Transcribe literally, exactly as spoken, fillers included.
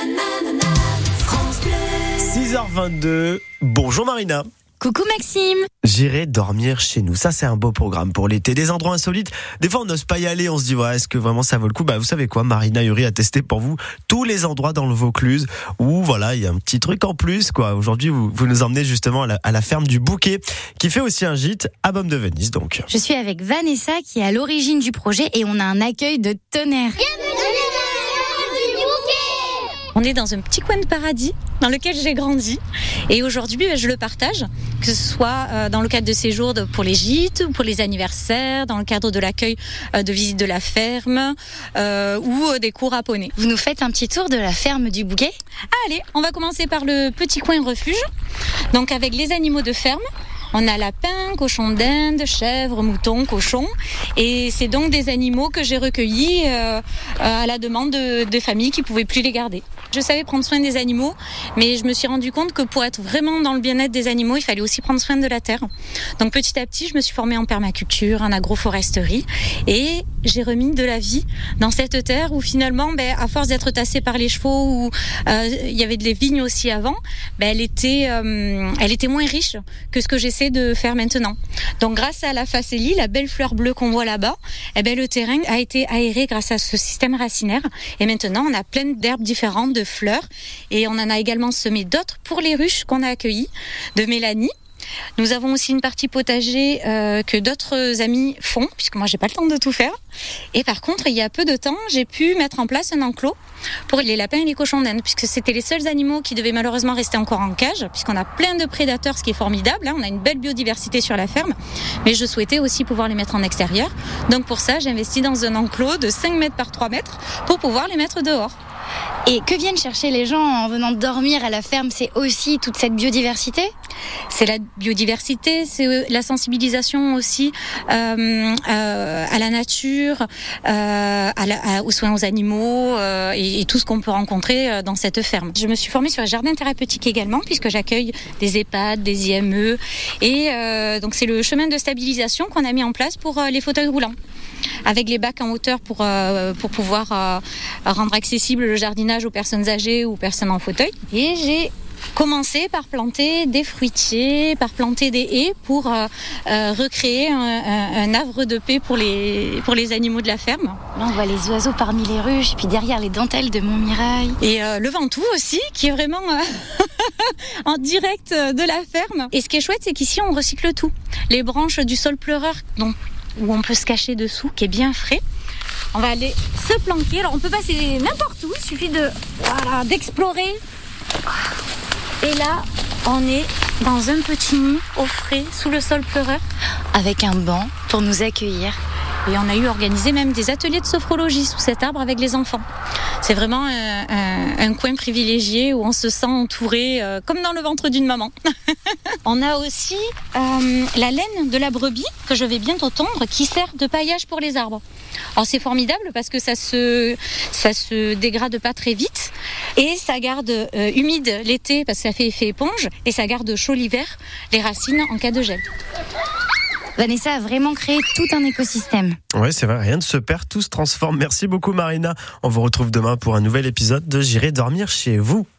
six heures vingt-deux, bonjour Marina. Coucou Maxime. J'irai dormir chez nous, ça c'est un beau programme pour l'été. Des endroits insolites, des fois on n'ose pas y aller, on se dit ouais, est-ce que vraiment ça vaut le coup? Bah vous savez quoi, Marina Uri a testé pour vous tous les endroits dans le Vaucluse où voilà, il y a un petit truc en plus quoi. Aujourd'hui vous, vous nous emmenez justement à la, à la ferme du Bouquet qui fait aussi un gîte à Baume de Venise donc. Je suis avec Vanessa qui est à l'origine du projet et on a un accueil de tonnerre. On est dans un petit coin de paradis dans lequel j'ai grandi et aujourd'hui je le partage, que ce soit dans le cadre de séjours pour les gîtes ou pour les anniversaires, dans le cadre de l'accueil de visite de la ferme euh, ou des cours à poney. Vous nous faites un petit tour de la ferme du Bouquet ? Allez, on va commencer par le petit coin refuge, donc avec les animaux de ferme. On a lapins, cochons d'Inde, chèvres, moutons, cochons. Et c'est donc des animaux que j'ai recueillis euh, à la demande de, de familles qui ne pouvaient plus les garder. Je savais prendre soin des animaux, mais je me suis rendu compte que pour être vraiment dans le bien-être des animaux, il fallait aussi prendre soin de la terre. Donc petit à petit, je me suis formée en permaculture, en agroforesterie. Et j'ai remis de la vie dans cette terre où finalement, ben, à force d'être tassée par les chevaux, où euh, il y avait des vignes aussi avant, ben, elle, était, euh, elle était moins riche que ce que j'essaie de faire maintenant. Donc grâce à la facélie, la belle fleur bleue qu'on voit là-bas, eh ben, le terrain a été aéré grâce à ce système racinaire et maintenant on a plein d'herbes différentes, de fleurs et on en a également semé d'autres pour les ruches qu'on a accueillies, de mélanie. Nous avons aussi une partie potager euh, que d'autres amis font, puisque moi j'ai pas le temps de tout faire. Et par contre, il y a peu de temps, j'ai pu mettre en place un enclos pour les lapins et les cochons d'Inde, puisque c'était les seuls animaux qui devaient malheureusement rester encore en cage, puisqu'on a plein de prédateurs, ce qui est formidable. Hein, on a une belle biodiversité sur la ferme, mais je souhaitais aussi pouvoir les mettre en extérieur. Donc pour ça, j'ai investi dans un enclos de cinq mètres par trois mètres pour pouvoir les mettre dehors. Et que viennent chercher les gens en venant dormir à la ferme? C'est aussi toute cette biodiversité? C'est la biodiversité, c'est la sensibilisation aussi euh, euh, à la nature, euh, à la, à, aux soins aux animaux euh, et, et tout ce qu'on peut rencontrer dans cette ferme. Je me suis formée sur les jardins thérapeutiques également, puisque j'accueille des EHPAD, des I M E. Et euh, donc c'est le chemin de stabilisation qu'on a mis en place pour euh, les fauteuils roulants, avec les bacs en hauteur pour, euh, pour pouvoir euh, rendre accessible le jardinage aux personnes âgées ou aux personnes en fauteuil. Et j'ai commencé par planter des fruitiers, par planter des haies pour euh, euh, recréer un, un, un havre de paix pour les, pour les animaux de la ferme. Là, on voit les oiseaux parmi les ruches, puis derrière les dentelles de Montmirail. Et euh, le ventoux aussi, qui est vraiment euh, en direct de la ferme. Et ce qui est chouette, c'est qu'ici, on recycle tout. Les branches du saule pleureur, donc, où on peut se cacher dessous, qui est bien frais. On va aller se planquer. Alors, on peut passer n'importe où, il suffit de, voilà, d'explorer. Et là, on est dans un petit nid au frais, sous le sol pleureur. Avec un banc pour nous accueillir. Et on a eu organisé même des ateliers de sophrologie sous cet arbre avec les enfants. C'est vraiment un, un, un coin privilégié où on se sent entouré euh, comme dans le ventre d'une maman. On a aussi euh, la laine de la brebis que je vais bientôt tondre qui sert de paillage pour les arbres. Alors c'est formidable parce que ça se, ça se dégrade pas très vite et ça garde euh, humide l'été parce que ça fait effet éponge et ça garde chaud l'hiver les racines en cas de gel. Vanessa a vraiment créé tout un écosystème. Ouais, c'est vrai, rien ne se perd, tout se transforme. Merci beaucoup Marina. On vous retrouve demain pour un nouvel épisode de J'irai dormir chez vous.